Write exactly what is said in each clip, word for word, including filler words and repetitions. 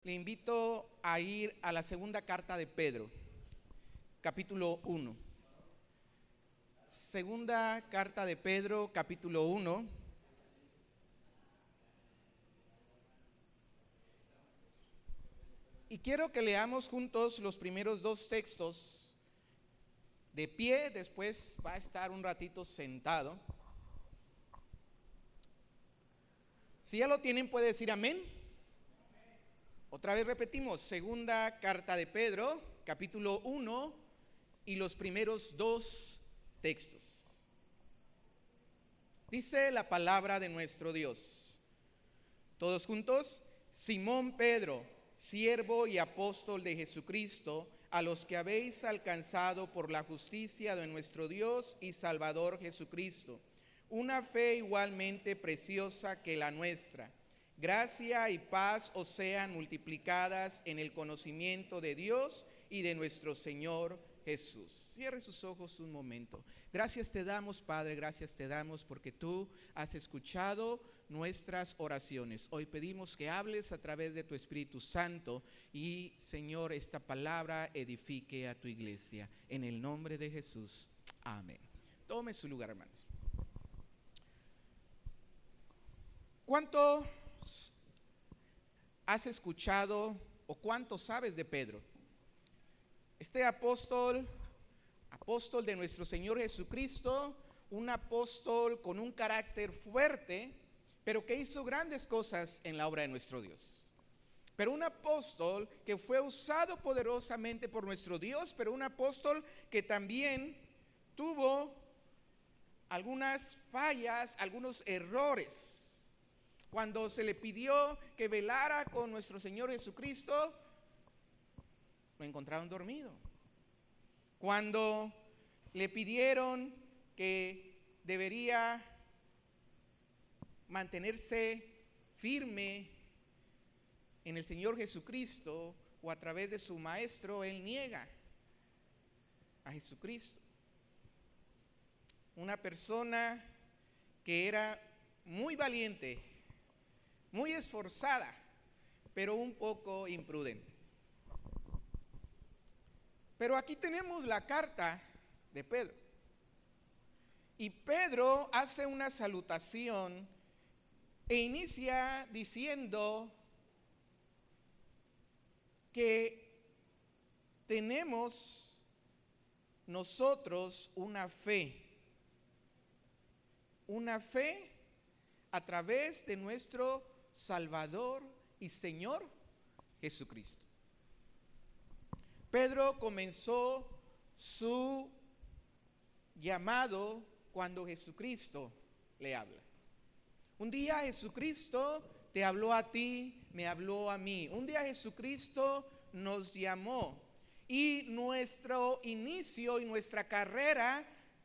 Le invito a ir a la segunda carta de Pedro, capítulo uno. Segunda carta de Pedro, capítulo uno. Y quiero que leamos juntos los primeros dos textos de pie, después va a estar un ratito sentado. Si ya lo tienen, puede decir amén. Otra vez repetimos, segunda carta de Pedro, capítulo uno, y los primeros dos textos. Dice la palabra de nuestro Dios. Todos juntos, Simón Pedro, siervo y apóstol de Jesucristo, a los que habéis alcanzado por la justicia de nuestro Dios y Salvador Jesucristo, una fe igualmente preciosa que la nuestra. Gracia y paz os sean multiplicadas en el conocimiento de Dios y de nuestro Señor Jesús. Cierre sus ojos un momento. Gracias te damos, Padre, gracias te damos porque tú has escuchado nuestras oraciones. Hoy pedimos que hables a través de tu Espíritu Santo y, Señor, esta palabra edifique a tu iglesia. En el nombre de Jesús. Amén. Tome su lugar, hermanos. ¿Cuánto has escuchado o cuánto sabes de Pedro? Este apóstol, apóstol de nuestro Señor Jesucristo, un apóstol con un carácter fuerte, pero que hizo grandes cosas en la obra de nuestro Dios. Pero un apóstol que fue usado poderosamente por nuestro Dios, pero un apóstol que también tuvo algunas fallas, algunos errores. Cuando se le pidió que velara con nuestro Señor Jesucristo, lo encontraron dormido. Cuando le pidieron que debería mantenerse firme en el Señor Jesucristo o a través de su maestro, él niega a Jesucristo. Una persona que era muy valiente, muy esforzada, pero un poco imprudente. Pero aquí tenemos la carta de Pedro. Y Pedro hace una salutación e inicia diciendo que tenemos nosotros una fe, una fe a través de nuestro Salvador y Señor Jesucristo. Pedro comenzó su llamado cuando Jesucristo le habla. Un día Jesucristo te habló a ti, me habló a mí. Un día Jesucristo nos llamó y nuestro inicio y nuestra carrera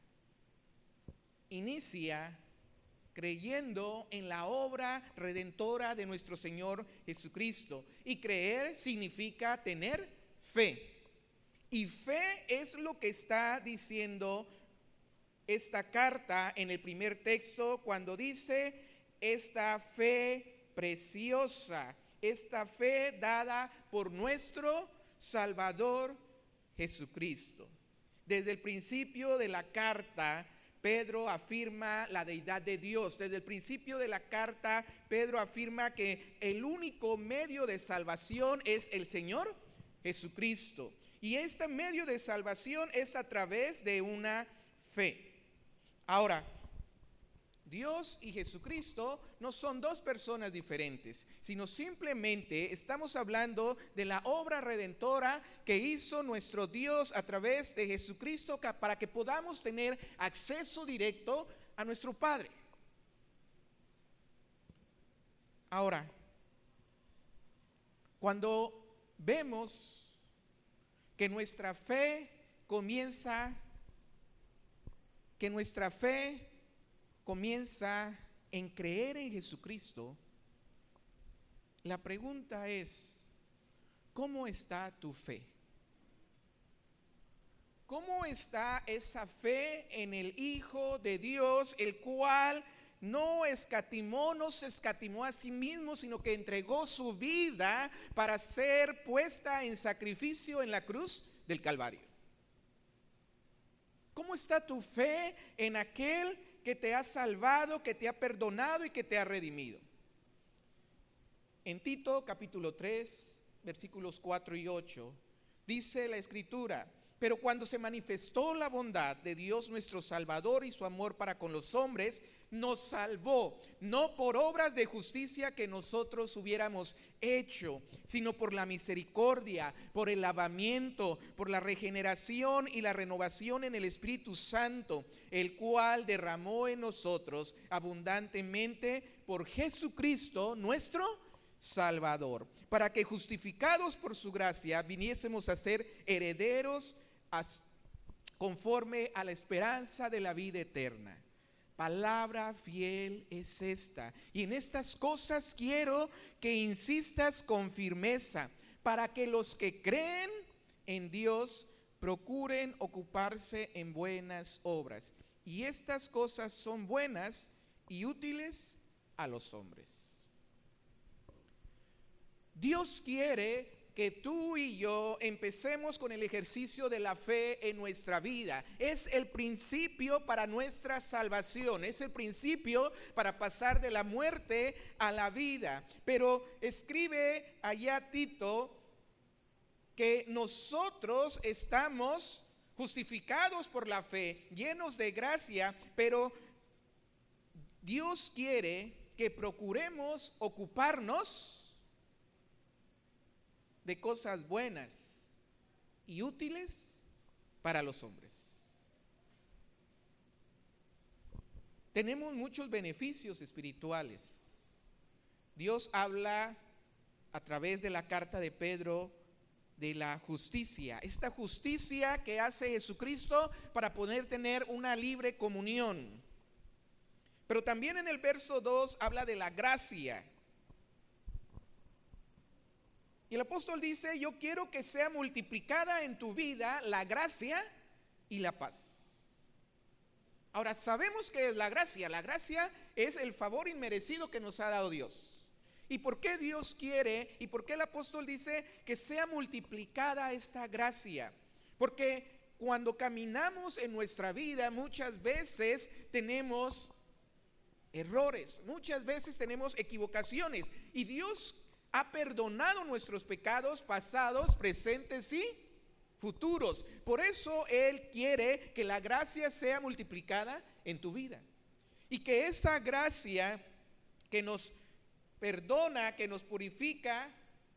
inicia creyendo en la obra redentora de nuestro Señor Jesucristo. Y creer significa tener fe. Y fe es lo que está diciendo esta carta en el primer texto cuando dice esta fe preciosa, esta fe dada por nuestro Salvador Jesucristo. Desde el principio de la carta, Pedro afirma la deidad de Dios. Desde el principio de la carta, Pedro afirma que el único medio de salvación es el Señor Jesucristo. Y este medio de salvación es a través de una fe. Ahora, Dios y Jesucristo no son dos personas diferentes, sino simplemente estamos hablando de la obra redentora que hizo nuestro Dios a través de Jesucristo para que podamos tener acceso directo a nuestro Padre. Ahora, cuando vemos que nuestra fe comienza, que nuestra fe comienza en creer en Jesucristo, la pregunta es, ¿cómo está tu fe? ¿Cómo está esa fe en el Hijo de Dios, el cual no escatimó, no se escatimó a sí mismo, sino que entregó su vida para ser puesta en sacrificio en la cruz del Calvario. ¿Cómo está tu fe en aquel que te ha salvado, que te ha perdonado y que te ha redimido? En Tito capítulo tres, versículos cuatro y ocho, dice la Escritura: pero cuando se manifestó la bondad de Dios nuestro Salvador y su amor para con los hombres, nos salvó, no por obras de justicia que nosotros hubiéramos hecho, sino por la misericordia, por el lavamiento, por la regeneración y la renovación en el Espíritu Santo, el cual derramó en nosotros abundantemente por Jesucristo nuestro Salvador, para que justificados por su gracia viniésemos a ser herederos conforme a la esperanza de la vida eterna. Palabra fiel es esta, y en estas cosas quiero que insistas con firmeza, para que los que creen en Dios procuren ocuparse en buenas obras. Y estas cosas son buenas y útiles a los hombres. Dios quiere que tú y yo empecemos con el ejercicio de la fe en nuestra vida. Es el principio para nuestra salvación, es el principio para pasar de la muerte a la vida. Pero escribe allá Tito que nosotros estamos justificados por la fe, llenos de gracia, pero Dios quiere que procuremos ocuparnos de cosas buenas y útiles para los hombres. Tenemos muchos beneficios espirituales. Dios habla a través de la carta de Pedro de la justicia, esta justicia que hace Jesucristo para poder tener una libre comunión. Pero también en el verso dos habla de la gracia. Y el apóstol dice: yo quiero que sea multiplicada en tu vida la gracia y la paz. Ahora, sabemos que es la gracia. La gracia es el favor inmerecido que nos ha dado Dios. ¿Y por qué Dios quiere y por qué el apóstol dice que sea multiplicada esta gracia? Porque cuando caminamos en nuestra vida muchas veces tenemos errores, muchas veces tenemos equivocaciones, y Dios ha perdonado nuestros pecados pasados, presentes y futuros. Por eso Él quiere que la gracia sea multiplicada en tu vida, y que esa gracia que nos perdona, que nos purifica,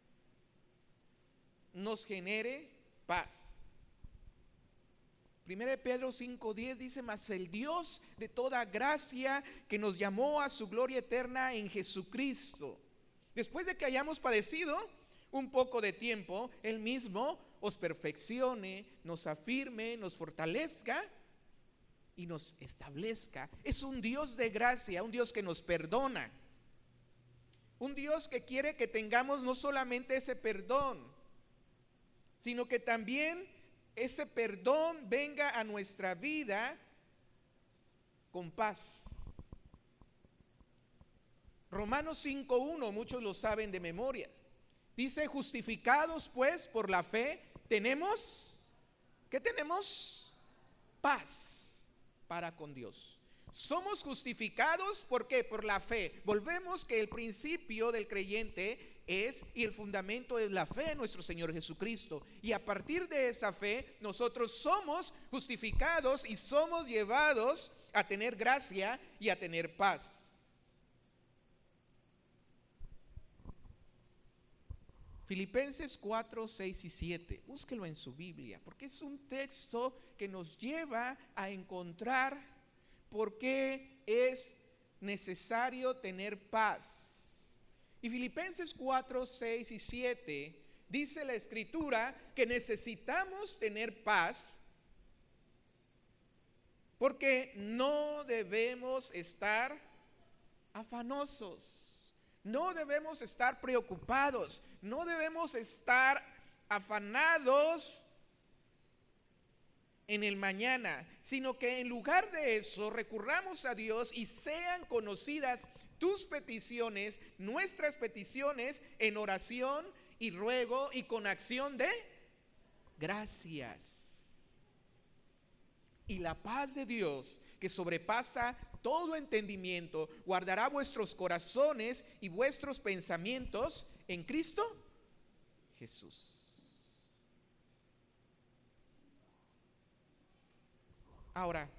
nos genere paz. Primera de Pedro cinco diez dice: mas el Dios de toda gracia, que nos llamó a su gloria eterna en Jesucristo, después de que hayamos padecido un poco de tiempo, Él mismo os perfeccione, nos afirme, nos fortalezca y nos establezca. Es un Dios de gracia, un Dios que nos perdona, un Dios que quiere que tengamos no solamente ese perdón, sino que también ese perdón venga a nuestra vida con paz. Romanos cinco uno, muchos lo saben de memoria. Dice: justificados pues por la fe, tenemos, ¿qué tenemos? Paz para con Dios. Somos justificados, ¿por qué? Por la fe. Volvemos que el principio del creyente es, y el fundamento es la fe en nuestro Señor Jesucristo. Y a partir de esa fe, nosotros somos justificados y somos llevados a tener gracia y a tener paz. Filipenses cuatro, seis y siete, búsquelo en su Biblia, porque es un texto que nos lleva a encontrar por qué es necesario tener paz. Y Filipenses cuatro, seis y siete dice la Escritura que necesitamos tener paz porque no debemos estar afanosos. No debemos estar preocupados, no debemos estar afanados en el mañana, sino que en lugar de eso recurramos a Dios y sean conocidas tus peticiones, nuestras peticiones, en oración y ruego y con acción de gracias. Y la paz de Dios, que sobrepasa todo entendimiento, guardará vuestros corazones y vuestros pensamientos en Cristo Jesús. Ahora,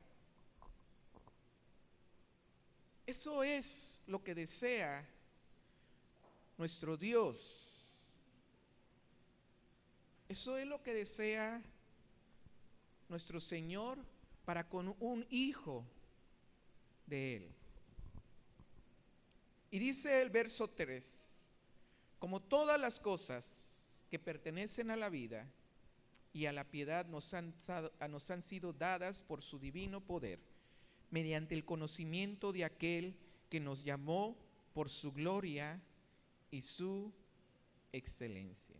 eso es lo que desea nuestro Dios. Eso es lo que desea nuestro Señor para con un hijo de Él. Y dice el verso tres: como todas las cosas que pertenecen a la vida y a la piedad nos han, nos han sido dadas por su divino poder, mediante el conocimiento de aquel que nos llamó por su gloria y su excelencia.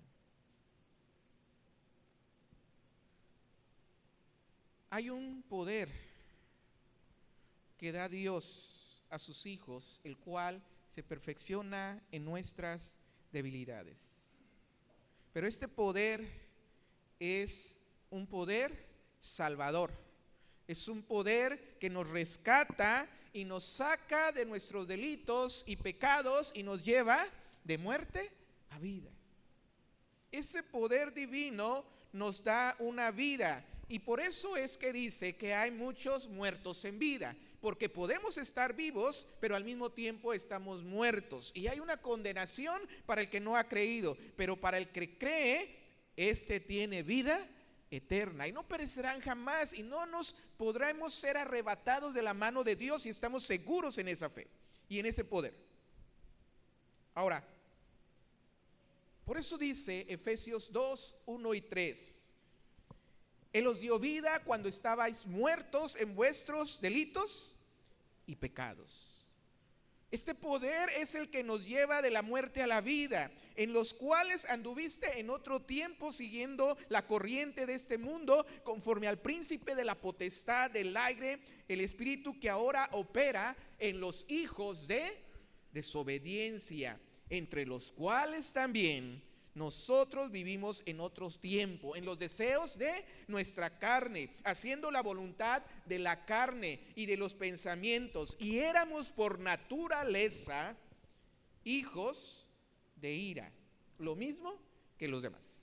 Hay un poder que da Dios a sus hijos, el cual se perfecciona en nuestras debilidades. Pero este poder es un poder salvador. Es un poder que nos rescata y nos saca de nuestros delitos y pecados y nos lleva de muerte a vida. Ese poder divino nos da una vida, y por eso es que dice que hay muchos muertos en vida, porque podemos estar vivos, pero al mismo tiempo estamos muertos, y hay una condenación para el que no ha creído, pero para el que cree, este tiene vida eterna y no perecerán jamás, y no nos podremos ser arrebatados de la mano de Dios si estamos seguros en esa fe y en ese poder. Ahora, por eso dice Efesios dos, uno y tres: Él os dio vida cuando estabais muertos en vuestros delitos y pecados. Este poder es el que nos lleva de la muerte a la vida, en los cuales anduviste en otro tiempo siguiendo la corriente de este mundo, conforme al príncipe de la potestad del aire, el espíritu que ahora opera en los hijos de desobediencia, entre los cuales también nosotros vivimos en otros tiempos, en los deseos de nuestra carne, haciendo la voluntad de la carne y de los pensamientos, y éramos por naturaleza hijos de ira, lo mismo que los demás.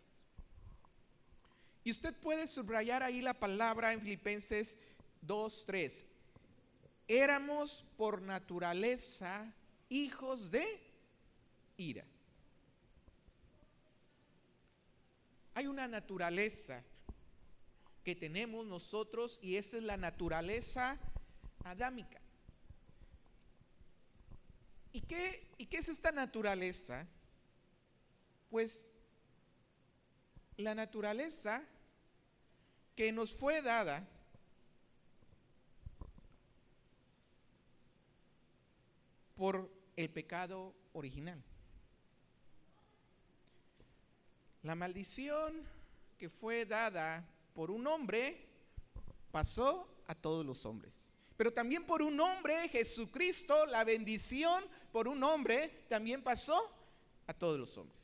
Y usted puede subrayar ahí la palabra en Filipenses dos, tres: éramos por naturaleza hijos de ira. Hay una naturaleza que tenemos nosotros, y esa es la naturaleza adámica. ¿Y qué, y qué es esta naturaleza? Pues la naturaleza que nos fue dada por el pecado original. La maldición que fue dada por un hombre pasó a todos los hombres. Pero también por un hombre, Jesucristo, la bendición por un hombre también pasó a todos los hombres.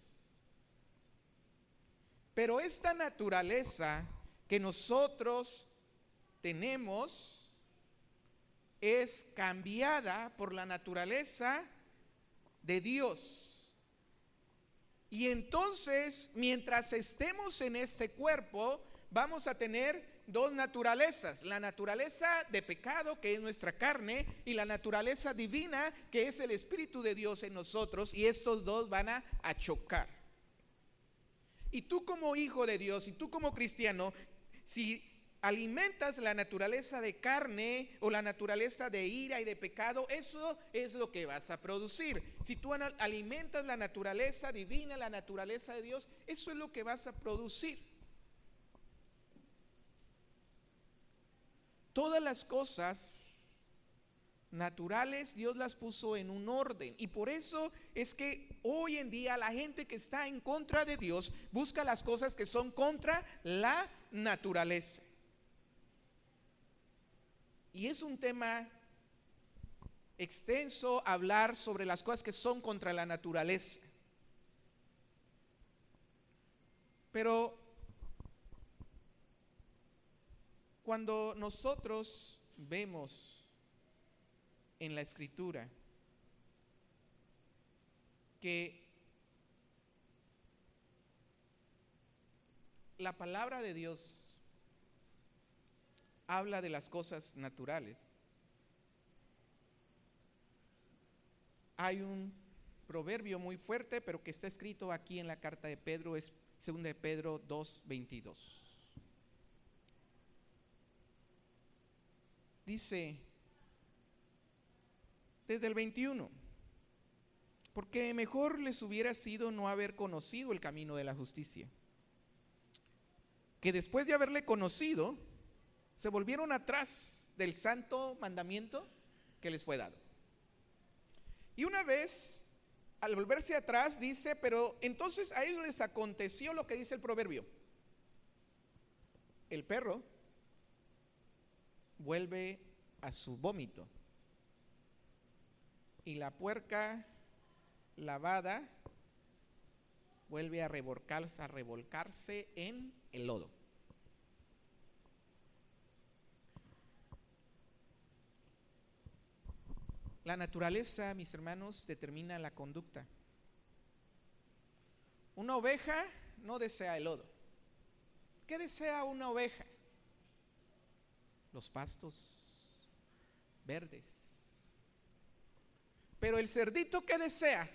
Pero esta naturaleza que nosotros tenemos es cambiada por la naturaleza de Dios. Y entonces, mientras estemos en este cuerpo, vamos a tener dos naturalezas: la naturaleza de pecado, que es nuestra carne, y la naturaleza divina, que es el Espíritu de Dios en nosotros, y estos dos van a, a chocar. Y tú como hijo de Dios, y tú como cristiano, si alimentas la naturaleza de carne o la naturaleza de ira y de pecado, eso es lo que vas a producir. Si tú alimentas la naturaleza divina, la naturaleza de Dios, eso es lo que vas a producir. Todas las cosas naturales Dios las puso en un orden, y por eso es que hoy en día la gente que está en contra de Dios busca las cosas que son contra la naturaleza. Y es un tema extenso hablar sobre las cosas que son contra la naturaleza. Pero cuando nosotros vemos en la Escritura que la palabra de Dios habla de las cosas naturales, hay un proverbio muy fuerte, pero que está escrito aquí en la carta de Pedro, es segunda de Pedro dos veintidós. Dice desde el veintiuno: porque mejor les hubiera sido no haber conocido el camino de la justicia, que después de haberle conocido, se volvieron atrás del santo mandamiento que les fue dado. Y una vez, al volverse atrás, dice, pero entonces a ellos les aconteció lo que dice el proverbio: el perro vuelve a su vómito, y la puerca lavada vuelve a revolcarse, a revolcarse en el lodo. La naturaleza, mis hermanos, determina la conducta. Una oveja no desea el lodo. ¿Qué desea una oveja? Los pastos verdes. Pero el cerdito, ¿qué desea?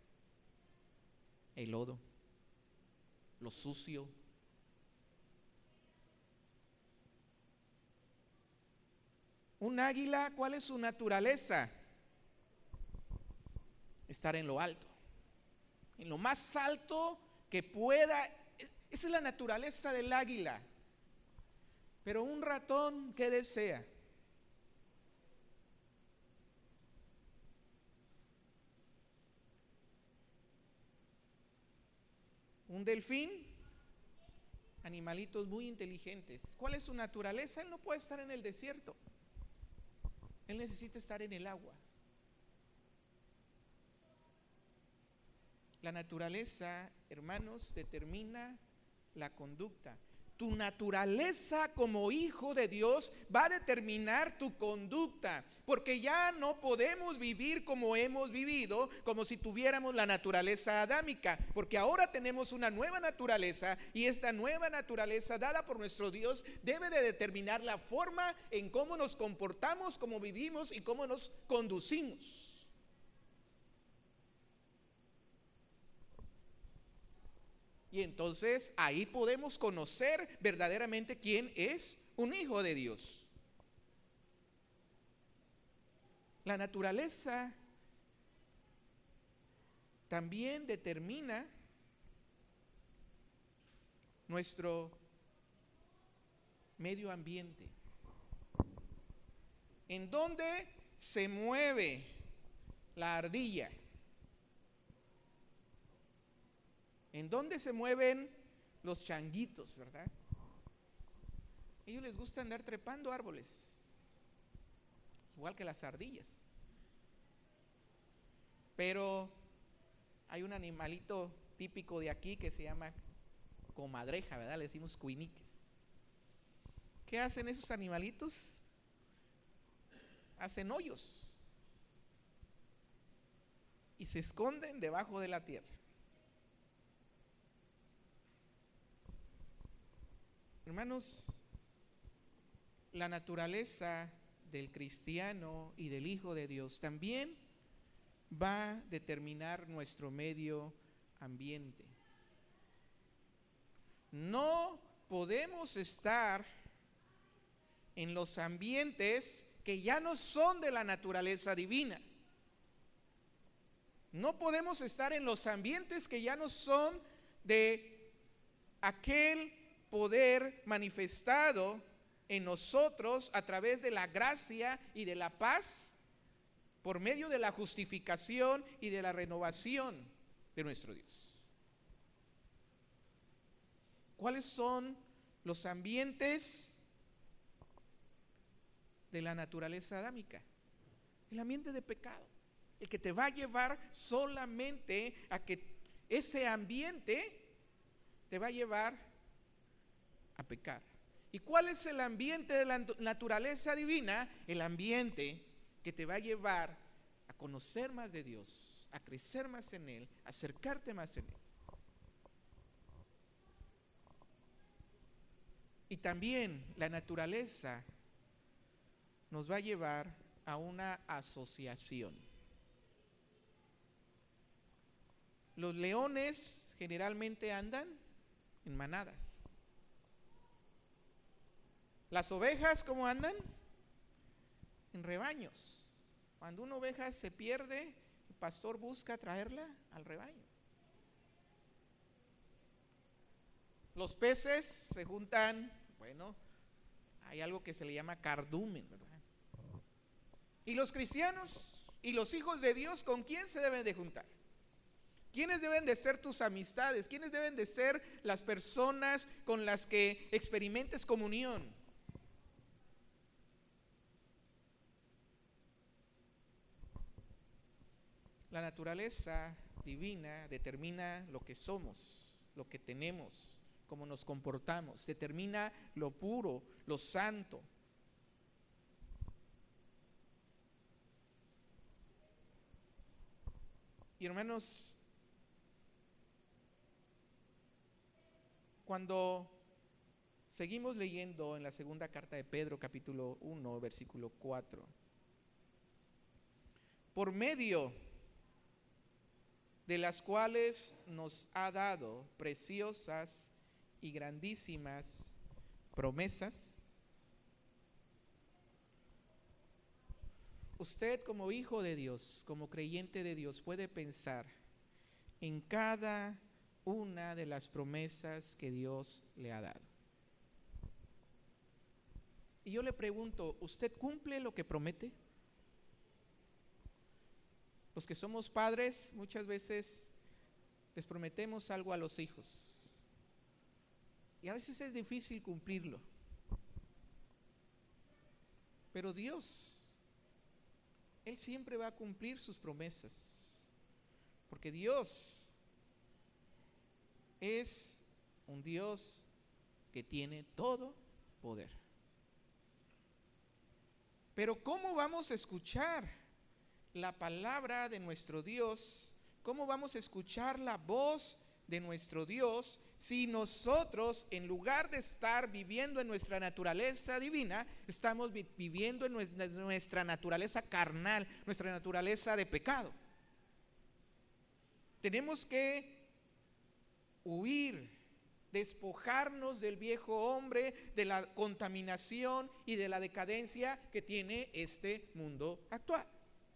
El lodo, lo sucio. Un águila, ¿cuál es su naturaleza? Estar en lo alto, en lo más alto que pueda. Esa es la naturaleza del águila. Pero un ratón, ¿qué desea? Un delfín, animalitos muy inteligentes. ¿Cuál es su naturaleza? Él no puede estar en el desierto. Él necesita estar en el agua. La naturaleza, hermanos, determina la conducta. Tu naturaleza como hijo de Dios va a determinar tu conducta, porque ya no podemos vivir como hemos vivido, como si tuviéramos la naturaleza adámica, porque ahora tenemos una nueva naturaleza, y esta nueva naturaleza dada por nuestro Dios debe de determinar la forma en cómo nos comportamos, cómo vivimos y cómo nos conducimos. Y entonces ahí podemos conocer verdaderamente quién es un hijo de Dios. La naturaleza también determina nuestro medio ambiente. ¿En dónde se mueve la ardilla? ¿En dónde se mueven los changuitos, verdad? A ellos les gusta andar trepando árboles, igual que las ardillas. Pero hay un animalito típico de aquí que se llama comadreja, ¿verdad? Le decimos cuiniques. ¿Qué hacen esos animalitos? Hacen hoyos y se esconden debajo de la tierra. Hermanos, la naturaleza del cristiano y del Hijo de Dios también va a determinar nuestro medio ambiente. No podemos estar en los ambientes que ya no son de la naturaleza divina. No podemos estar en los ambientes que ya no son de aquel poder manifestado en nosotros a través de la gracia y de la paz por medio de la justificación y de la renovación de nuestro Dios. ¿Cuáles son los ambientes de la naturaleza adámica, el ambiente de pecado, el que te va a llevar solamente a que ese ambiente te va a llevar a pecar. ¿Y cuál es el ambiente de la naturaleza divina? El ambiente que te va a llevar a conocer más de Dios, a crecer más en Él, a acercarte más en Él. Y también la naturaleza nos va a llevar a una asociación. Los leones generalmente andan en manadas. Las ovejas, ¿cómo andan? En rebaños. Cuando una oveja se pierde, el pastor busca traerla al rebaño. Los peces se juntan, bueno, hay algo que se le llama cardumen, ¿verdad? Y los cristianos y los hijos de Dios, ¿con quién se deben de juntar? ¿Quiénes deben de ser tus amistades? ¿Quiénes deben de ser las personas con las que experimentes comunión? La naturaleza divina determina lo que somos, lo que tenemos, cómo nos comportamos, determina lo puro, lo santo. Y hermanos, cuando seguimos leyendo en la segunda carta de Pedro, capítulo uno, versículo cuatro, por medio de las cuales nos ha dado preciosas y grandísimas promesas, usted como hijo de Dios, como creyente de Dios, puede pensar en cada una de las promesas que Dios le ha dado. Y yo le pregunto, ¿usted cumple lo que promete? Los que somos padres muchas veces les prometemos algo a los hijos y a veces es difícil cumplirlo. Pero Dios, Él siempre va a cumplir sus promesas, porque Dios es un Dios que tiene todo poder. Pero ¿cómo vamos a escuchar la palabra de nuestro Dios? ¿Cómo vamos a escuchar la voz de nuestro Dios si nosotros, en lugar de estar viviendo en nuestra naturaleza divina, estamos vi- viviendo en nuestra naturaleza carnal, nuestra naturaleza de pecado? Tenemos que huir, despojarnos del viejo hombre, de la contaminación y de la decadencia que tiene este mundo actual.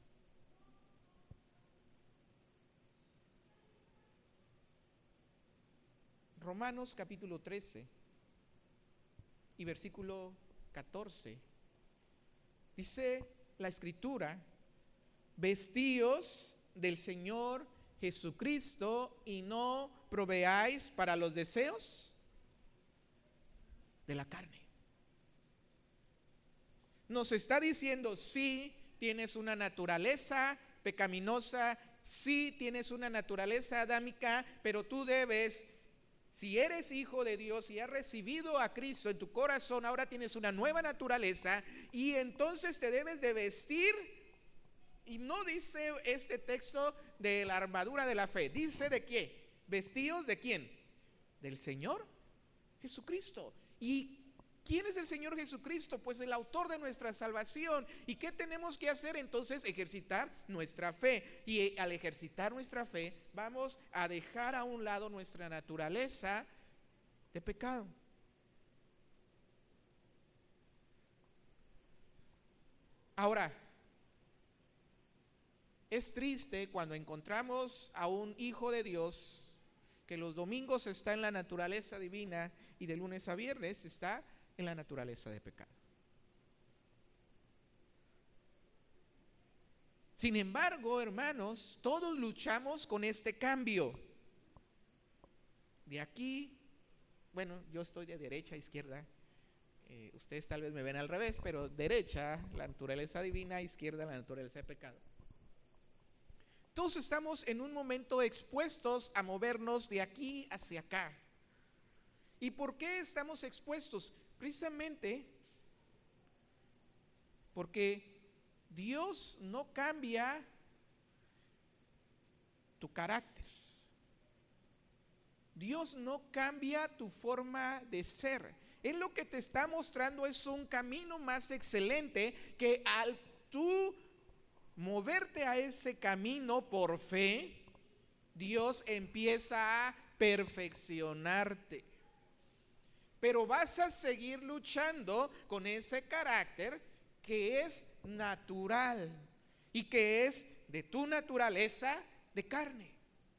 Romanos capítulo trece y versículo catorce, dice la escritura: vestíos del Señor Jesucristo y no proveáis para los deseos de la carne. Nos está diciendo, sí, tienes una naturaleza pecaminosa, sí tienes una naturaleza adámica, pero tú debes, si eres hijo de Dios y has recibido a Cristo en tu corazón, ahora tienes una nueva naturaleza y entonces te debes de vestir. Y no dice este texto de la armadura de la fe, dice de qué, vestidos de quién, del Señor Jesucristo. ¿Y quién es el Señor Jesucristo? Pues el autor de nuestra salvación. ¿Y qué tenemos que hacer entonces? Ejercitar nuestra fe. Y al ejercitar nuestra fe vamos a dejar a un lado nuestra naturaleza de pecado. Ahora, es triste cuando encontramos a un hijo de Dios que los domingos está en la naturaleza divina y de lunes a viernes está en la naturaleza de pecado. Sin embargo, hermanos, todos luchamos con este cambio. De aquí, bueno, yo estoy de derecha a izquierda, Eh, ustedes tal vez me ven al revés, pero derecha la naturaleza divina, izquierda la naturaleza de pecado. Todos estamos en un momento expuestos a movernos de aquí hacia acá. ¿Y por qué estamos expuestos? Precisamente porque Dios no cambia tu carácter. Dios no cambia tu forma de ser. Él lo que te está mostrando es un camino más excelente, que al tú moverte a ese camino por fe, Dios empieza a perfeccionarte. Pero vas a seguir luchando con ese carácter que es natural y que es de tu naturaleza de carne.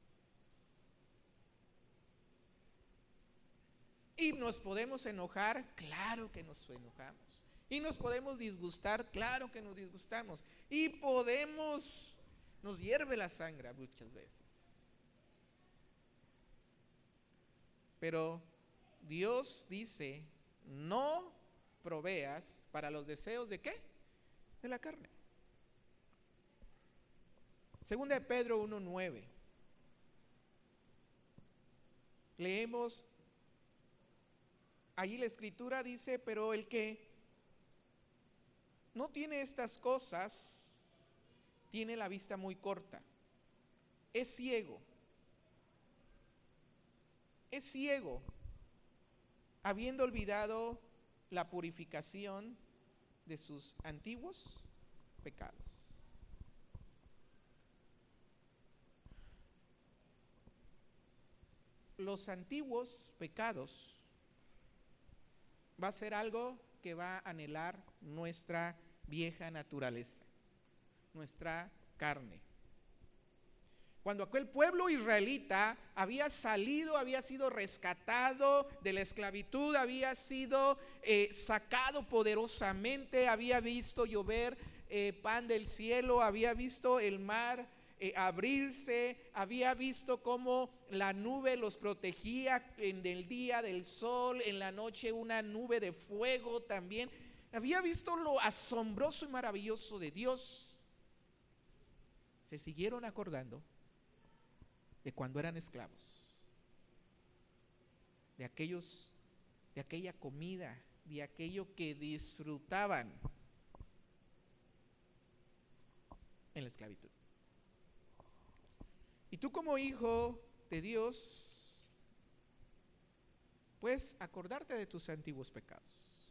Y nos podemos enojar, claro que nos enojamos. Y nos podemos disgustar, claro que nos disgustamos. Y podemos, nos hierve la sangre muchas veces. Pero Dios dice, no proveas para los deseos de ¿qué? De la carne. Segunda de Pedro uno nueve. Leemos, allí la escritura dice, pero el que no tiene estas cosas, tiene la vista muy corta, es ciego, es ciego, habiendo olvidado la purificación de sus antiguos pecados. Los antiguos pecados va a ser algo que va a anhelar nuestra vieja naturaleza, nuestra carne. Cuando aquel pueblo israelita había salido, había sido rescatado de la esclavitud, había sido eh, sacado poderosamente, había visto llover eh, pan del cielo, había visto el mar eh, abrirse, había visto cómo la nube los protegía en el día del sol, en la noche una nube de fuego también. Había visto lo asombroso y maravilloso de Dios. Se siguieron acordando de cuando eran esclavos, de aquellos, de aquella comida, de aquello que disfrutaban en la esclavitud. Y tú como hijo de Dios, puedes acordarte de tus antiguos pecados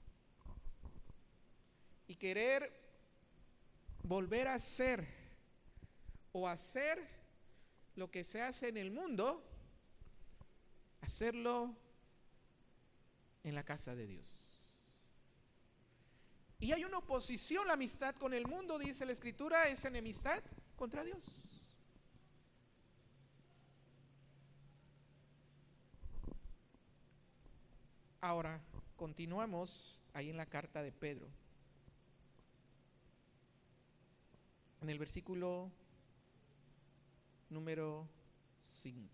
y querer volver a hacer o hacer lo que se hace en el mundo, hacerlo en la casa de Dios. Y hay una oposición, la amistad con el mundo, dice la escritura, es enemistad contra Dios. Ahora, continuamos ahí en la carta de Pedro. En el versículo número cinco.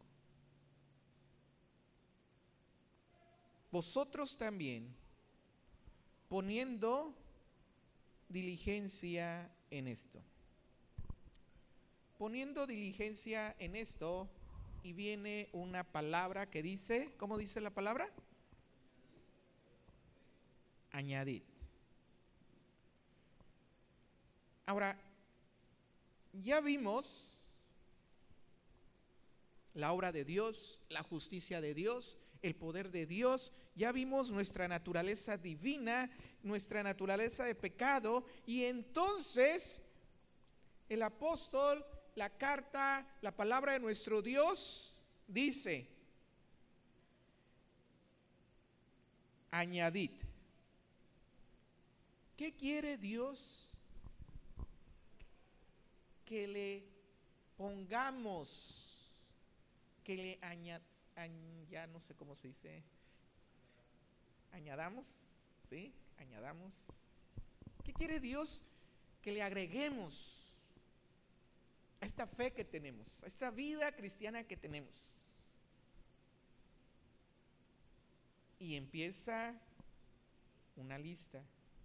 Vosotros también, poniendo diligencia en esto. Poniendo diligencia en esto, y viene una palabra que dice, ¿cómo dice la palabra? Añadid. Ahora, ya vimos la obra de Dios, la justicia de Dios, el poder de Dios. Ya vimos nuestra naturaleza divina, nuestra naturaleza de pecado. Y entonces el apóstol, la carta, la palabra de nuestro Dios dice, añadid. ¿Qué quiere Dios? Que le pongamos, que le añad, añ, ya no sé cómo se dice, añadamos, ¿sí? Añadamos. ¿Qué quiere Dios? Que le agreguemos a esta fe que tenemos, a esta vida cristiana que tenemos. Y empieza una lista.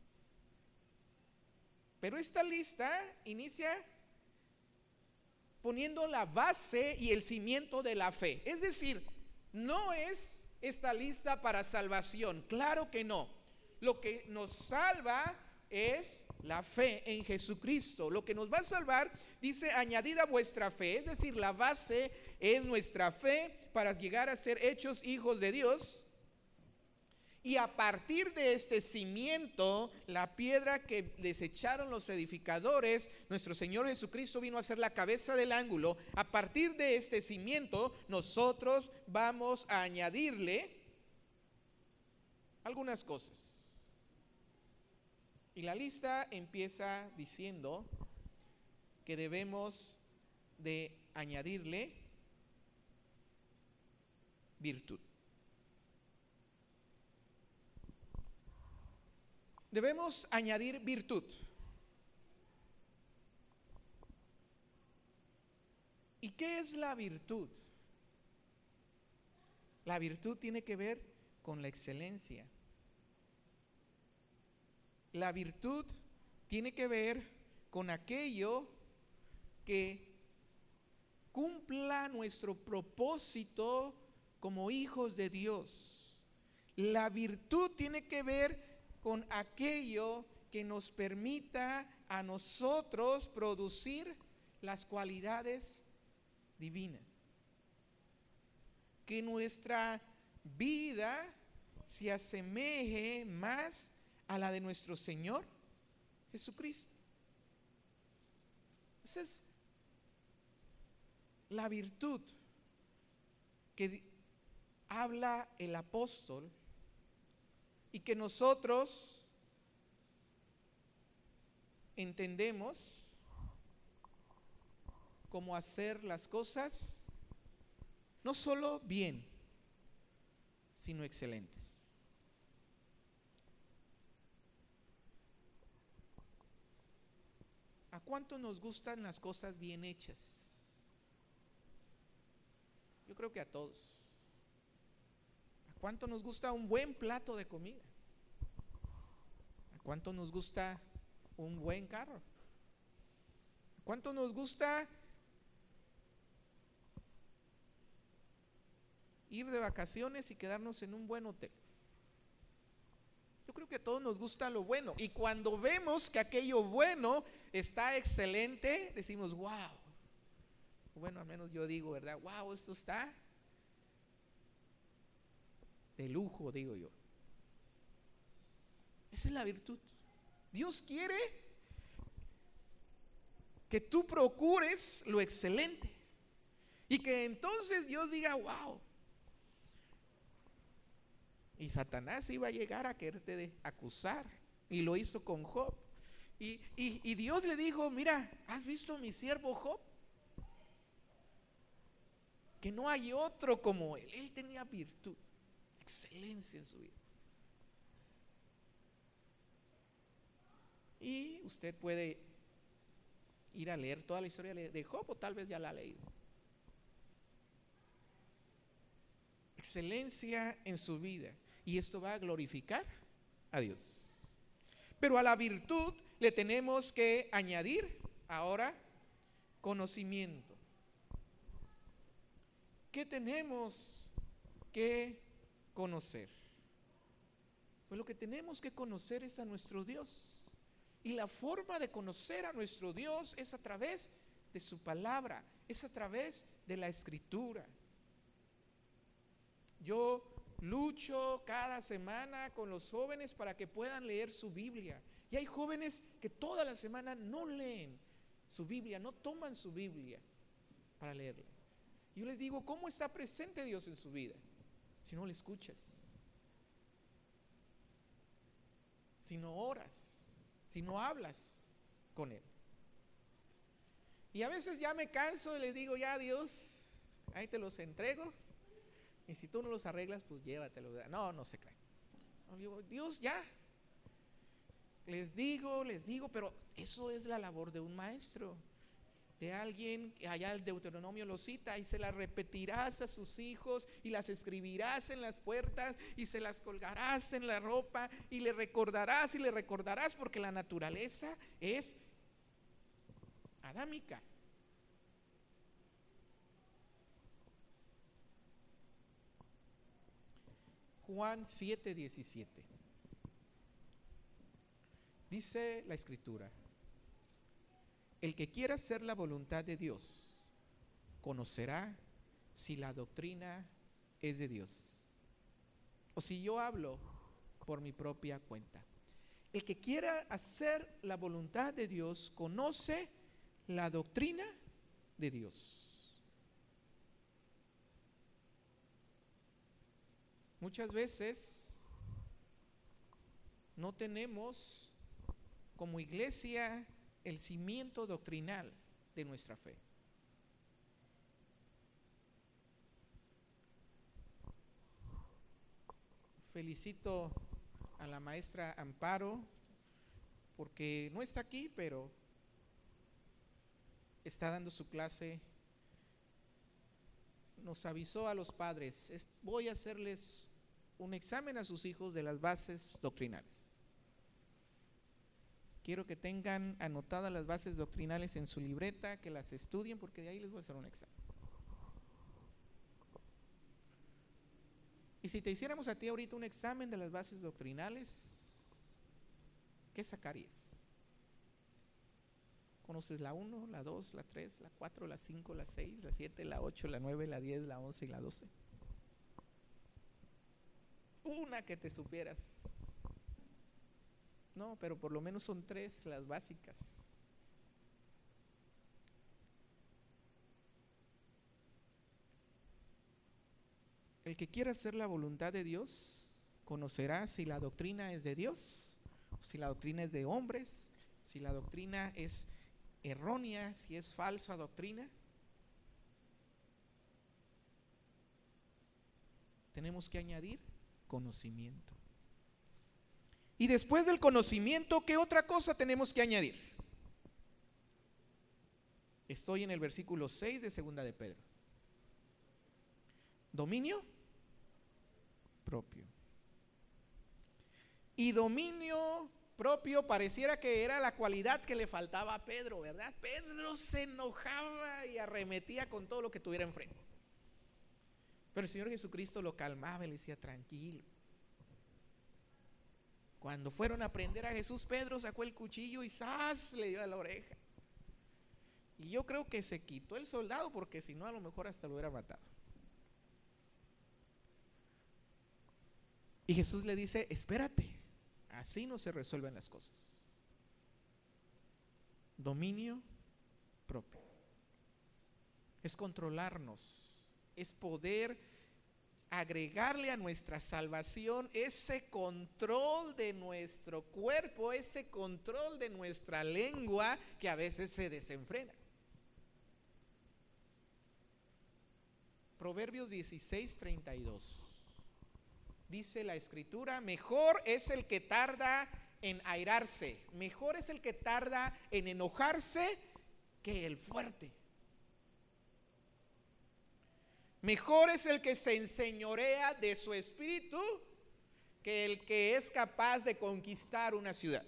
Pero esta lista inicia poniendo la base y el cimiento de la fe. Es decir, no es esta lista para salvación, claro que no. Lo que nos salva es la fe en Jesucristo. Lo que nos va a salvar, dice, añadid a vuestra fe. Es decir, la base es nuestra fe para llegar a ser hechos hijos de Dios. Y a partir de este cimiento, la piedra que desecharon los edificadores, nuestro Señor Jesucristo vino a ser la cabeza del ángulo. A partir de este cimiento, nosotros vamos a añadirle algunas cosas. Y la lista empieza diciendo que debemos de añadirle virtud. Debemos añadir virtud. ¿Y qué es la virtud? La virtud tiene que ver con la excelencia. La virtud tiene que ver con aquello que cumpla nuestro propósito como hijos de Dios. La virtud tiene que ver con aquello que nos permita a nosotros producir las cualidades divinas. Que nuestra vida se asemeje más a la de nuestro Señor Jesucristo. Esa es la virtud que habla el apóstol y que nosotros entendemos cómo hacer las cosas no solo bien, sino excelentes. ¿A cuánto nos gustan las cosas bien hechas? Yo creo que a todos. ¿A cuánto nos gusta un buen plato de comida? ¿A cuánto nos gusta un buen carro? ¿A cuánto nos gusta ir de vacaciones y quedarnos en un buen hotel? Yo creo que a todos nos gusta lo bueno. Y cuando vemos que aquello bueno está excelente, decimos, wow. Bueno, al menos yo digo, ¿verdad? Wow, esto está de lujo, digo yo. Esa es la virtud. Dios quiere que tú procures lo excelente. Y que entonces Dios diga, wow. Y Satanás iba a llegar a quererte de acusar. Y lo hizo con Job. Y, y, y Dios le dijo, mira, ¿has visto a mi siervo Job? Que no hay otro como él. Él tenía virtud, excelencia en su vida. Y usted puede ir a leer toda la historia de Job, o tal vez ya la ha leído. Excelencia en su vida. Y esto va a glorificar a Dios. Pero a la virtud le tenemos que añadir ahora conocimiento. ¿Qué tenemos que conocer? Pues lo que tenemos que conocer es a nuestro Dios. Y la forma de conocer a nuestro Dios es a través de su palabra, es a través de la Escritura. Yo lucho cada semana con los jóvenes para que puedan leer su Biblia. Y hay jóvenes que toda la semana no leen su Biblia, no toman su Biblia para leerla. Yo les digo, ¿cómo está presente Dios en su vida? Si no le escuchas, si no oras, si no hablas con Él. Y a veces ya me canso y les digo, ya Dios, ahí te los entrego. Y si tú no los arreglas, pues llévatelos. No, no se creen. No, digo, Dios, ya. Les digo, les digo, pero eso es la labor de un maestro. de alguien, allá el Deuteronomio lo cita, y se las repetirás a sus hijos y las escribirás en las puertas y se las colgarás en la ropa y le recordarás y le recordarás, porque la naturaleza es adámica. Juan siete diecisiete. Dice la Escritura: el que quiera hacer la voluntad de Dios conocerá si la doctrina es de Dios o si yo hablo por mi propia cuenta. El que quiera hacer la voluntad de Dios conoce la doctrina de Dios. Muchas veces no tenemos como iglesia el cimiento doctrinal de nuestra fe. Felicito a la maestra Amparo porque no está aquí, pero está dando su clase. Nos avisó a los padres: voy a hacerles un examen a sus hijos de las bases doctrinales. Quiero que tengan anotadas las bases doctrinales en su libreta, que las estudien, porque de ahí les voy a hacer un examen. Y si te hiciéramos a ti ahorita un examen de las bases doctrinales, ¿qué sacarías? ¿Conoces la uno, la dos, la tres, la cuatro, la cinco, la seis, la siete, la ocho, la nueve, la diez, la once y la doce? Una que te supieras. No, pero por lo menos son tres las básicas. El que quiera hacer la voluntad de Dios conocerá si la doctrina es de Dios, si la doctrina es de hombres, si la doctrina es errónea, si es falsa doctrina. Tenemos que añadir conocimiento. Y después del conocimiento, ¿qué otra cosa tenemos que añadir? Estoy en el versículo seis de segunda de Pedro. Dominio propio. Y dominio propio pareciera que era la cualidad que le faltaba a Pedro, ¿verdad? Pedro se enojaba y arremetía con todo lo que tuviera enfrente. Pero el Señor Jesucristo lo calmaba y le decía: tranquilo. Cuando fueron a prender a Jesús, Pedro sacó el cuchillo y ¡zas!, le dio a la oreja. Y yo creo que se quitó el soldado, porque si no, a lo mejor hasta lo hubiera matado. Y Jesús le dice: espérate, así no se resuelven las cosas. Dominio propio es controlarnos, es poder agregarle a nuestra salvación ese control de nuestro cuerpo, ese control de nuestra lengua que a veces se desenfrena. Proverbios dieciséis, treinta y dos. Dice la Escritura: mejor es el que tarda en airarse, mejor es el que tarda en enojarse que el fuerte. Mejor es el que se enseñorea de su espíritu que el que es capaz de conquistar una ciudad.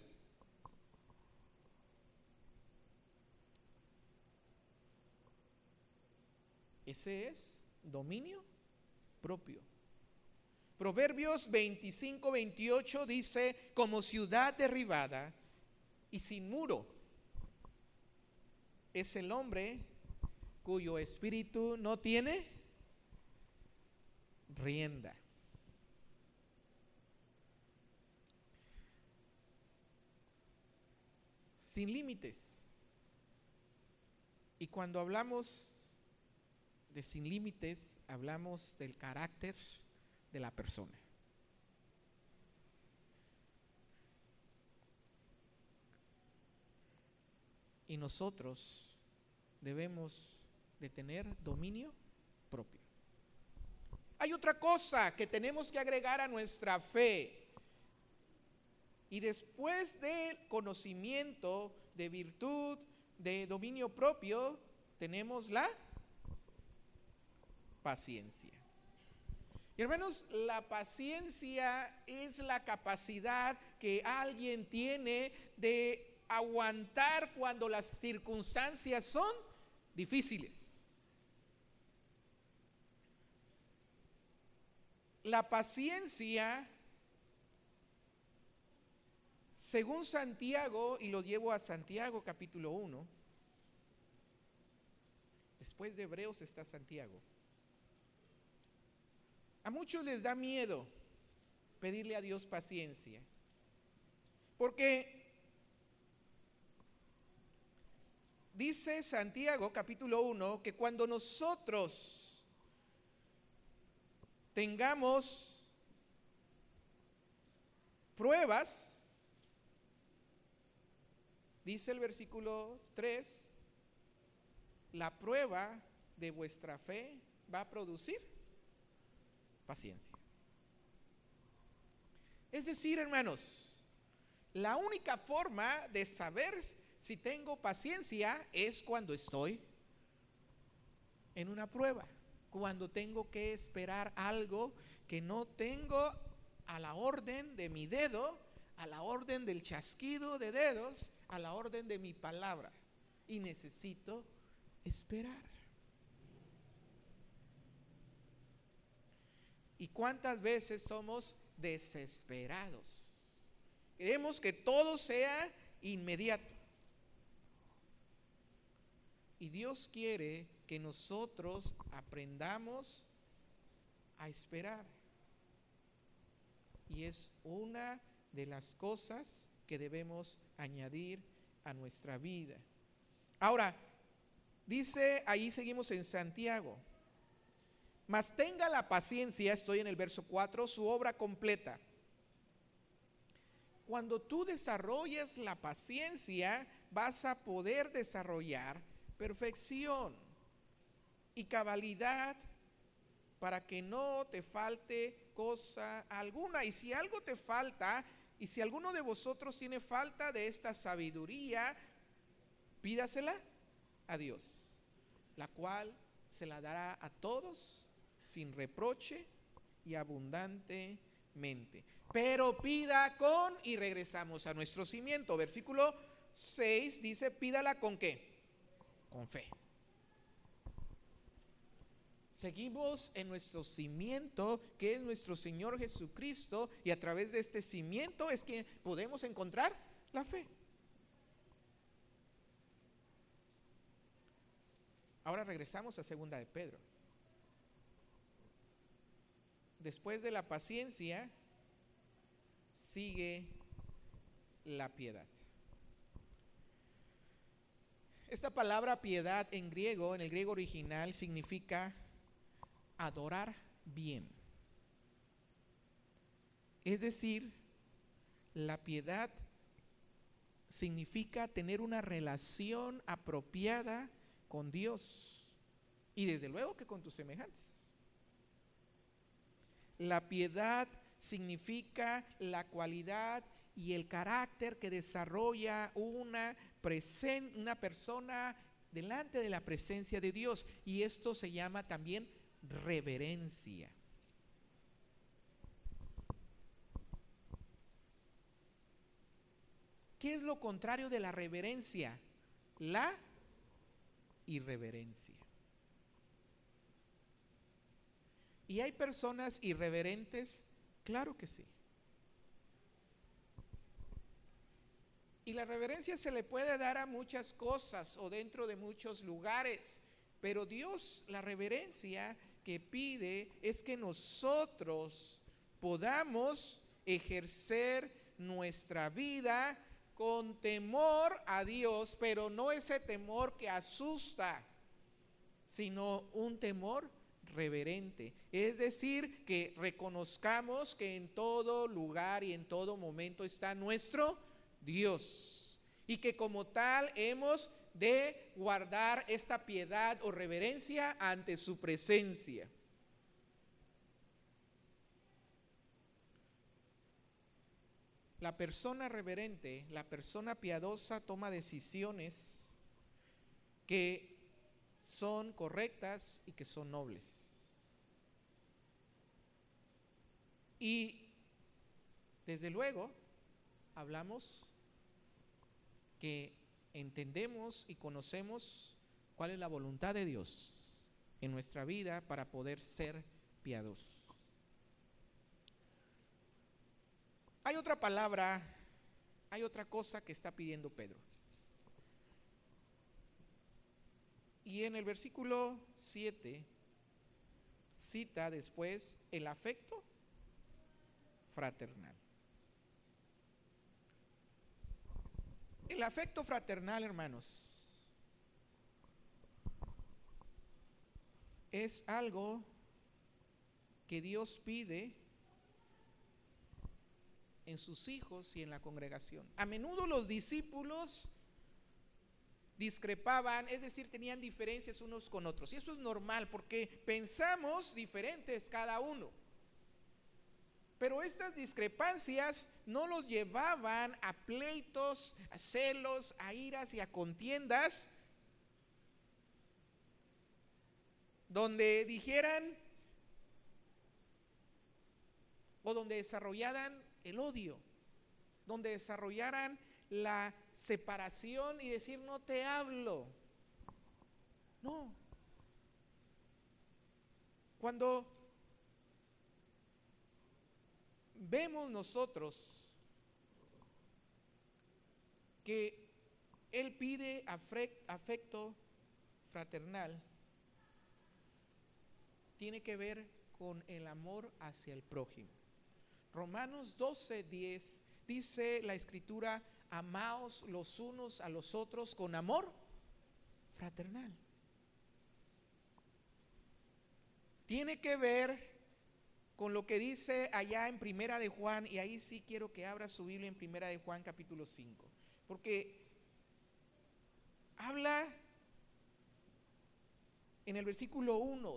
Ese es dominio propio. Proverbios veinticinco, veintiocho dice: como ciudad derribada y sin muro es el hombre cuyo espíritu no tiene rienda. Sin límites. Y cuando hablamos de sin límites, hablamos del carácter de la persona. Y nosotros debemos de tener dominio propio. Hay otra cosa que tenemos que agregar a nuestra fe. Y después del conocimiento, de virtud, de dominio propio tenemos la paciencia. Y hermanos, la paciencia es la capacidad que alguien tiene de aguantar cuando las circunstancias son difíciles. La paciencia, según Santiago, y lo llevo a Santiago capítulo uno, después de Hebreos está Santiago. A muchos les da miedo pedirle a Dios paciencia, porque dice Santiago capítulo uno que cuando nosotros tengamos pruebas, dice el versículo tres, la prueba de vuestra fe va a producir paciencia. Es decir, hermanos, la única forma de saber si tengo paciencia es cuando estoy en una prueba, cuando tengo que esperar algo que no tengo a la orden de mi dedo, a la orden del chasquido de dedos, a la orden de mi palabra, y necesito esperar. ¿Y cuántas veces somos desesperados? Queremos que todo sea inmediato. Y Dios quiere que nosotros aprendamos a esperar. Y es una de las cosas que debemos añadir a nuestra vida. Ahora, dice, ahí seguimos en Santiago, mas tenga la paciencia, estoy en el verso cuatro, su obra completa. Cuando tú desarrollas la paciencia, vas a poder desarrollar perfección y cabalidad para que no te falte cosa alguna. Y si algo te falta, y si alguno de vosotros tiene falta de esta sabiduría, pídasela a Dios, la cual se la dará a todos sin reproche y abundantemente. Pero pida con, y regresamos a nuestro cimiento. Versículo seis dice, pídala con ¿qué? Con fe. Seguimos en nuestro cimiento, que es nuestro Señor Jesucristo, y a través de este cimiento es que podemos encontrar la fe. Ahora regresamos a segunda de Pedro. Después de la paciencia sigue la piedad. Esta palabra piedad en griego, en el griego original, significa adorar bien. Es decir, la piedad significa tener una relación apropiada con Dios y desde luego que con tus semejantes. La piedad significa la cualidad y el carácter que desarrolla una, presen- una persona delante de la presencia de Dios, y esto se llama también reverencia. ¿Qué es lo contrario de la reverencia? La irreverencia. ¿Y hay personas irreverentes? Claro que sí. Y la reverencia se le puede dar a muchas cosas o dentro de muchos lugares, pero Dios, la reverencia que pide es que nosotros podamos ejercer nuestra vida con temor a Dios, pero no ese temor que asusta, sino un temor reverente. Es decir, que reconozcamos que en todo lugar y en todo momento está nuestro Dios, y que como tal hemos de guardar esta piedad o reverencia ante su presencia. La persona reverente, la persona piadosa toma decisiones que son correctas y que son nobles. Y desde luego hablamos que entendemos y conocemos cuál es la voluntad de Dios en nuestra vida para poder ser piadosos. Hay otra palabra, hay otra cosa que está pidiendo Pedro. Y en el versículo siete cita después el afecto fraternal. El afecto fraternal, hermanos, es algo que Dios pide en sus hijos y en la congregación. A menudo los discípulos discrepaban, es decir, tenían diferencias unos con otros. Y eso es normal porque pensamos diferentes cada uno. Pero estas discrepancias no los llevaban a pleitos, a celos, a iras y a contiendas, donde dijeran o donde desarrollaran el odio, donde desarrollaran la separación y decir no te hablo. No. Cuando vemos nosotros que Él pide afecto fraternal, tiene que ver con el amor hacia el prójimo. Romanos doce diez dice la Escritura: amaos los unos a los otros con amor fraternal. Tiene que ver con lo que dice allá en Primera de Juan, y ahí sí quiero que abra su Biblia en Primera de Juan capítulo cinco, porque habla en el versículo uno.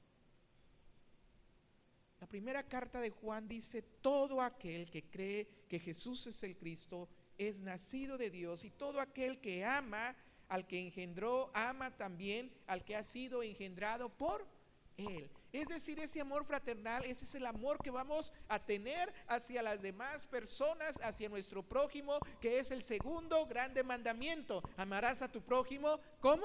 La primera carta de Juan dice: todo aquel que cree que Jesús es el Cristo es nacido de Dios, y todo aquel que ama al que engendró, ama también al que ha sido engendrado por Él. Es decir, ese amor fraternal, ese es el amor que vamos a tener hacia las demás personas, hacia nuestro prójimo, que es el segundo grande mandamiento: amarás a tu prójimo, ¿cómo?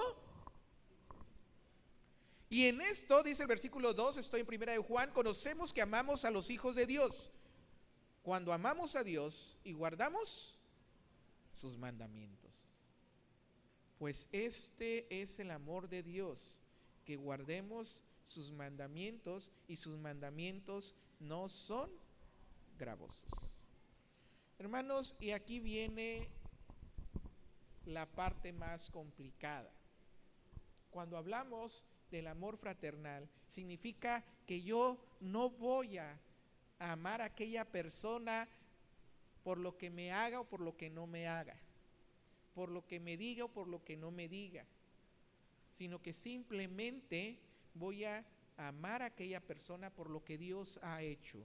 Y en esto, dice el versículo dos, estoy en Primera de Juan, conocemos que amamos a los hijos de Dios cuando amamos a Dios y guardamos sus mandamientos. Pues este es el amor de Dios, que guardemos sus mandamientos, y sus mandamientos no son gravosos. Hermanos, y aquí viene la parte más complicada. Cuando hablamos del amor fraternal, significa que yo no voy a amar a aquella persona por lo que me haga o por lo que no me haga, por lo que me diga o por lo que no me diga, sino que simplemente voy a amar a aquella persona por lo que Dios ha hecho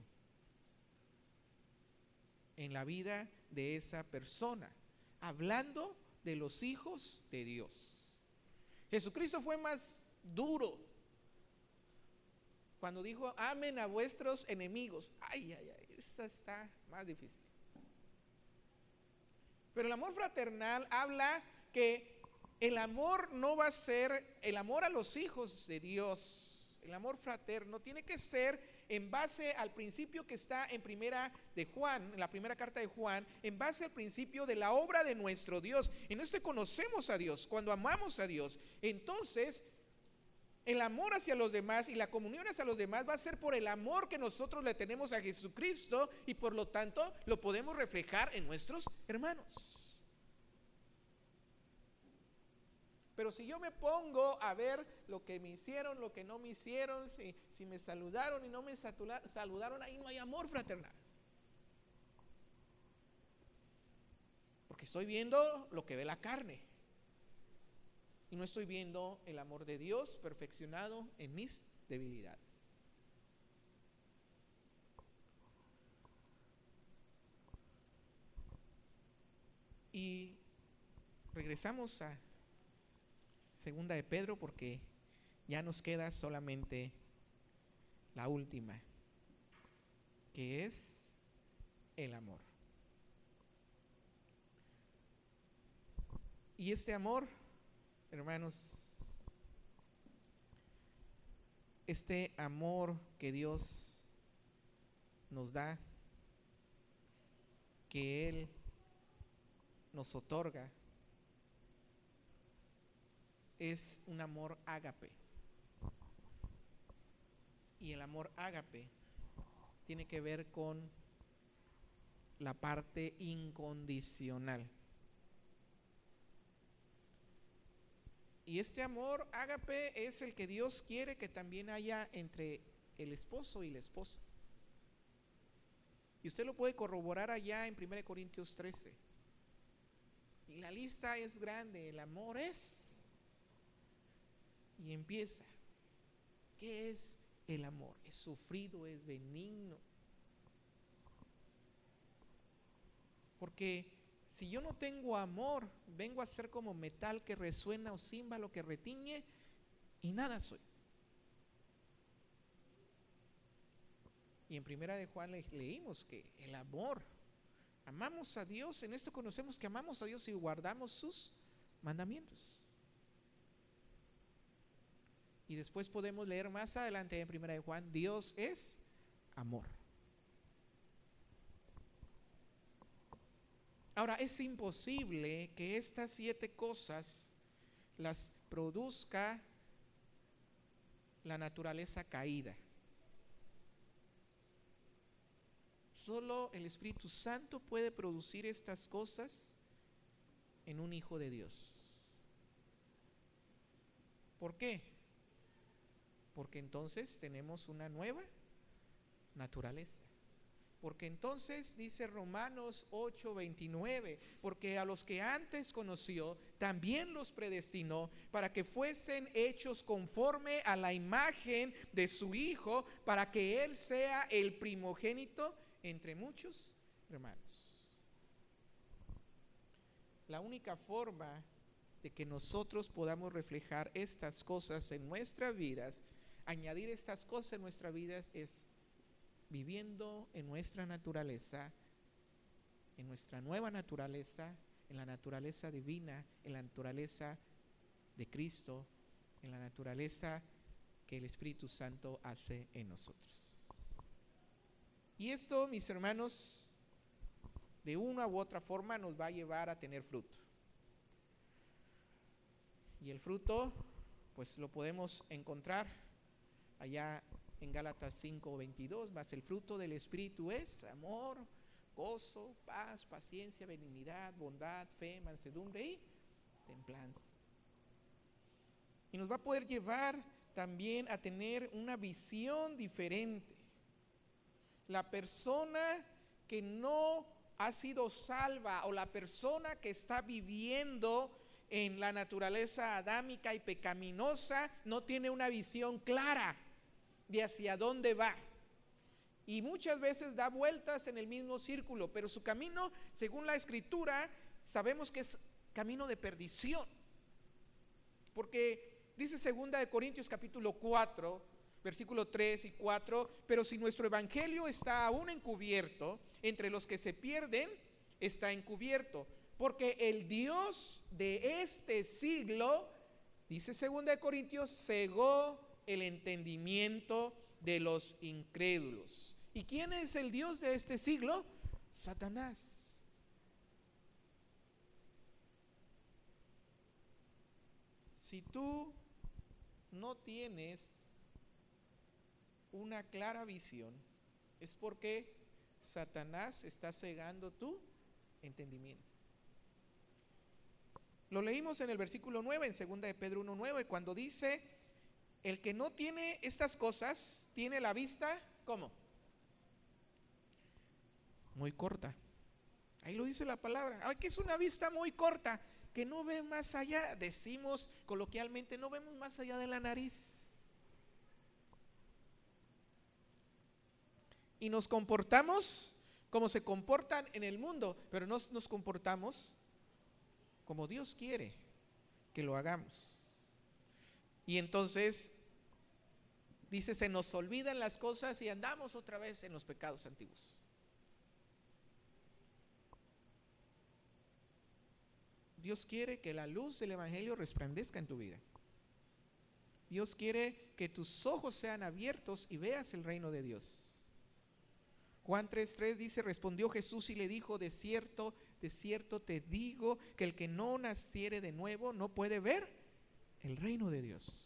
en la vida de esa persona, hablando de los hijos de Dios. Jesucristo fue más duro cuando dijo: amen a vuestros enemigos. Ay, ay, ay, esa está más difícil. Pero el amor fraternal habla que el amor no va a ser el amor a los hijos de Dios. El amor fraterno tiene que ser en base al principio que está en Primera de Juan, en la primera carta de Juan, en base al principio de la obra de nuestro Dios. En esto conocemos a Dios, cuando amamos a Dios. Entonces, el amor hacia los demás y la comunión hacia los demás va a ser por el amor que nosotros le tenemos a Jesucristo, y por lo tanto lo podemos reflejar en nuestros hermanos. Pero si yo me pongo a ver lo que me hicieron, lo que no me hicieron, si, si me saludaron y no me saludaron, ahí no hay amor fraternal. Porque estoy viendo lo que ve la carne y no estoy viendo el amor de Dios perfeccionado en mis debilidades. Y regresamos a Segunda de Pedro, porque ya nos queda solamente la última, que es el amor. Y este amor, hermanos, este amor que Dios nos da, que Él nos otorga, es un amor ágape. Y el amor ágape tiene que ver con la parte incondicional. Y este amor ágape es el que Dios quiere que también haya entre el esposo y la esposa. Y usted lo puede corroborar allá en primera de Corintios trece. Y la lista es grande, el amor es. Y empieza. ¿Qué es el amor? Es sufrido, es benigno. Porque si yo no tengo amor, vengo a ser como metal que resuena o címbalo que retiñe y nada soy. Y en primera de Juan le, leímos que el amor, amamos a Dios, en esto conocemos que amamos a Dios y guardamos sus mandamientos. Y después podemos leer más adelante en primera de Juan, Dios es amor. Ahora, es imposible que estas siete cosas las produzca la naturaleza caída. Solo el Espíritu Santo puede producir estas cosas en un hijo de Dios. ¿Por qué? Porque entonces tenemos una nueva naturaleza. Porque entonces dice Romanos ocho veintinueve, porque a los que antes conoció también los predestinó para que fuesen hechos conforme a la imagen de su Hijo, para que Él sea el primogénito entre muchos hermanos. La única forma de que nosotros podamos reflejar estas cosas en nuestras vidas, añadir estas cosas en nuestras vidas, es viviendo en nuestra naturaleza, en nuestra nueva naturaleza, en la naturaleza divina, en la naturaleza de Cristo, en la naturaleza que el Espíritu Santo hace en nosotros. Y esto, mis hermanos, de una u otra forma nos va a llevar a tener fruto. Y el fruto, pues lo podemos encontrar allá en Gálatas cinco veintidós, mas el fruto del Espíritu es amor, gozo, paz, paciencia, benignidad, bondad, fe, mansedumbre y templanza. Y nos va a poder llevar también a tener una visión diferente. La persona que no ha sido salva o la persona que está viviendo en la naturaleza adámica y pecaminosa no tiene una visión clara de hacia dónde va, y muchas veces da vueltas en el mismo círculo, pero su camino, según la Escritura, sabemos que es camino de perdición, porque dice segunda de Corintios capítulo cuatro, versículo tres y cuatro, pero si nuestro evangelio está aún encubierto, entre los que se pierden está encubierto, porque el Dios de este siglo, dice segunda de Corintios, cegó el entendimiento de los incrédulos. ¿Y quién es el Dios de este siglo? Satanás. Si tú no tienes una clara visión, es porque Satanás está cegando tu entendimiento. Lo leímos en el versículo nueve, en segunda de Pedro uno nueve, cuando dice: el que no tiene estas cosas tiene la vista, ¿cómo? Muy corta. Ahí lo dice la palabra. Ay, que es una vista muy corta, que no ve más allá. Decimos coloquialmente, no vemos más allá de la nariz. Y nos comportamos como se comportan en el mundo, pero no nos comportamos como Dios quiere que lo hagamos. Y entonces, dice, se nos olvidan las cosas y andamos otra vez en los pecados antiguos. Dios quiere que la luz del Evangelio resplandezca en tu vida. Dios quiere que tus ojos sean abiertos y veas el reino de Dios. Juan tres tres dice, respondió Jesús y le dijo, de cierto, de cierto te digo que el que no naciere de nuevo no puede ver el reino de Dios.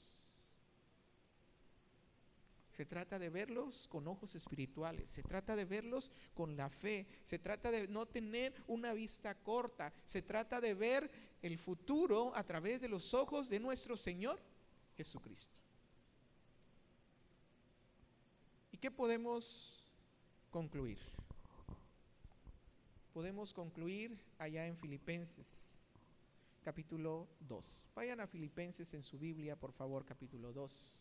Se trata de verlos con ojos espirituales, se trata de verlos con la fe, se trata de no tener una vista corta, se trata de ver el futuro a través de los ojos de nuestro Señor Jesucristo. ¿Y qué podemos concluir? Podemos concluir allá en Filipenses, capítulo dos. Vayan a Filipenses en su Biblia, por favor, capítulo dos.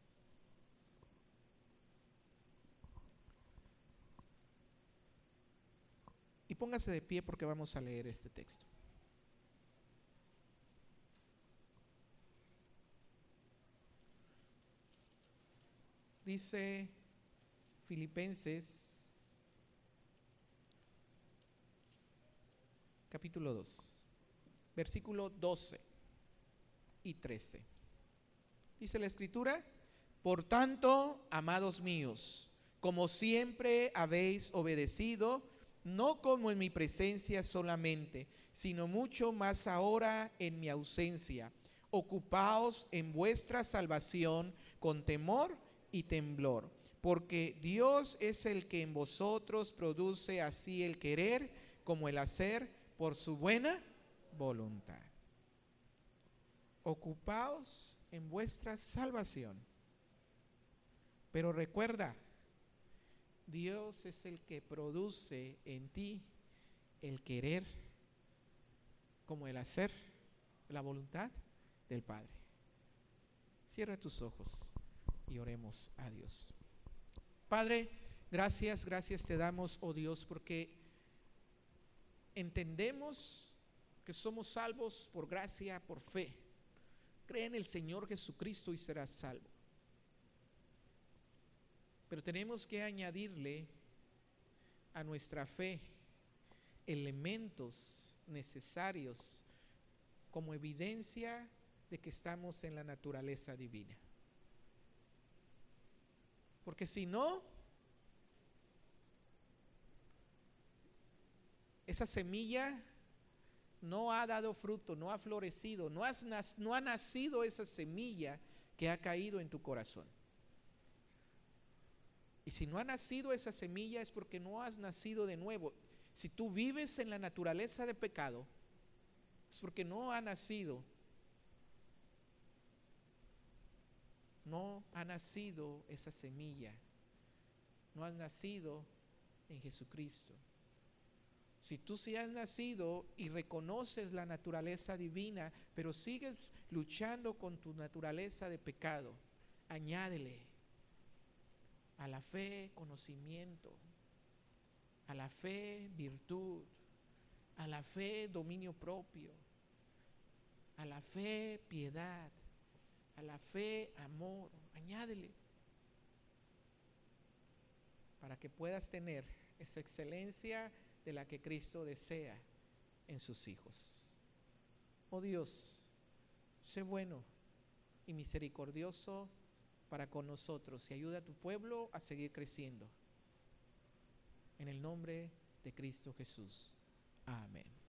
Y póngase de pie porque vamos a leer este texto. Dice Filipenses capítulo dos, versículo doce y trece. Dice la Escritura, por tanto, amados míos, como siempre habéis obedecido, no como en mi presencia solamente, sino mucho más ahora en mi ausencia. Ocupaos en vuestra salvación con temor y temblor, porque Dios es el que en vosotros produce así el querer como el hacer por su buena voluntad. Ocupaos en vuestra salvación. Pero recuerda, Dios es el que produce en ti el querer como el hacer, la voluntad del Padre. Cierra tus ojos y oremos a Dios. Padre, gracias, gracias te damos, oh Dios, porque entendemos que somos salvos por gracia, por fe. Cree en el Señor Jesucristo y serás salvo. Pero tenemos que añadirle a nuestra fe elementos necesarios como evidencia de que estamos en la naturaleza divina. Porque si no, esa semilla no ha dado fruto, no ha florecido, no, has, no ha nacido esa semilla que ha caído en tu corazón. Y si no ha nacido esa semilla es porque no has nacido de nuevo. Si tú vives en la naturaleza de pecado, es porque no ha nacido. No ha nacido esa semilla. No has nacido en Jesucristo. Si tú sí has nacido y reconoces la naturaleza divina, pero sigues luchando con tu naturaleza de pecado, añádele a la fe conocimiento, a la fe virtud, a la fe dominio propio, a la fe piedad, a la fe amor. Añádele para que puedas tener esa excelencia de la que Cristo desea en sus hijos. Oh Dios, sé bueno y misericordioso para con nosotros y ayuda a tu pueblo a seguir creciendo. En el nombre de Cristo Jesús. Amén.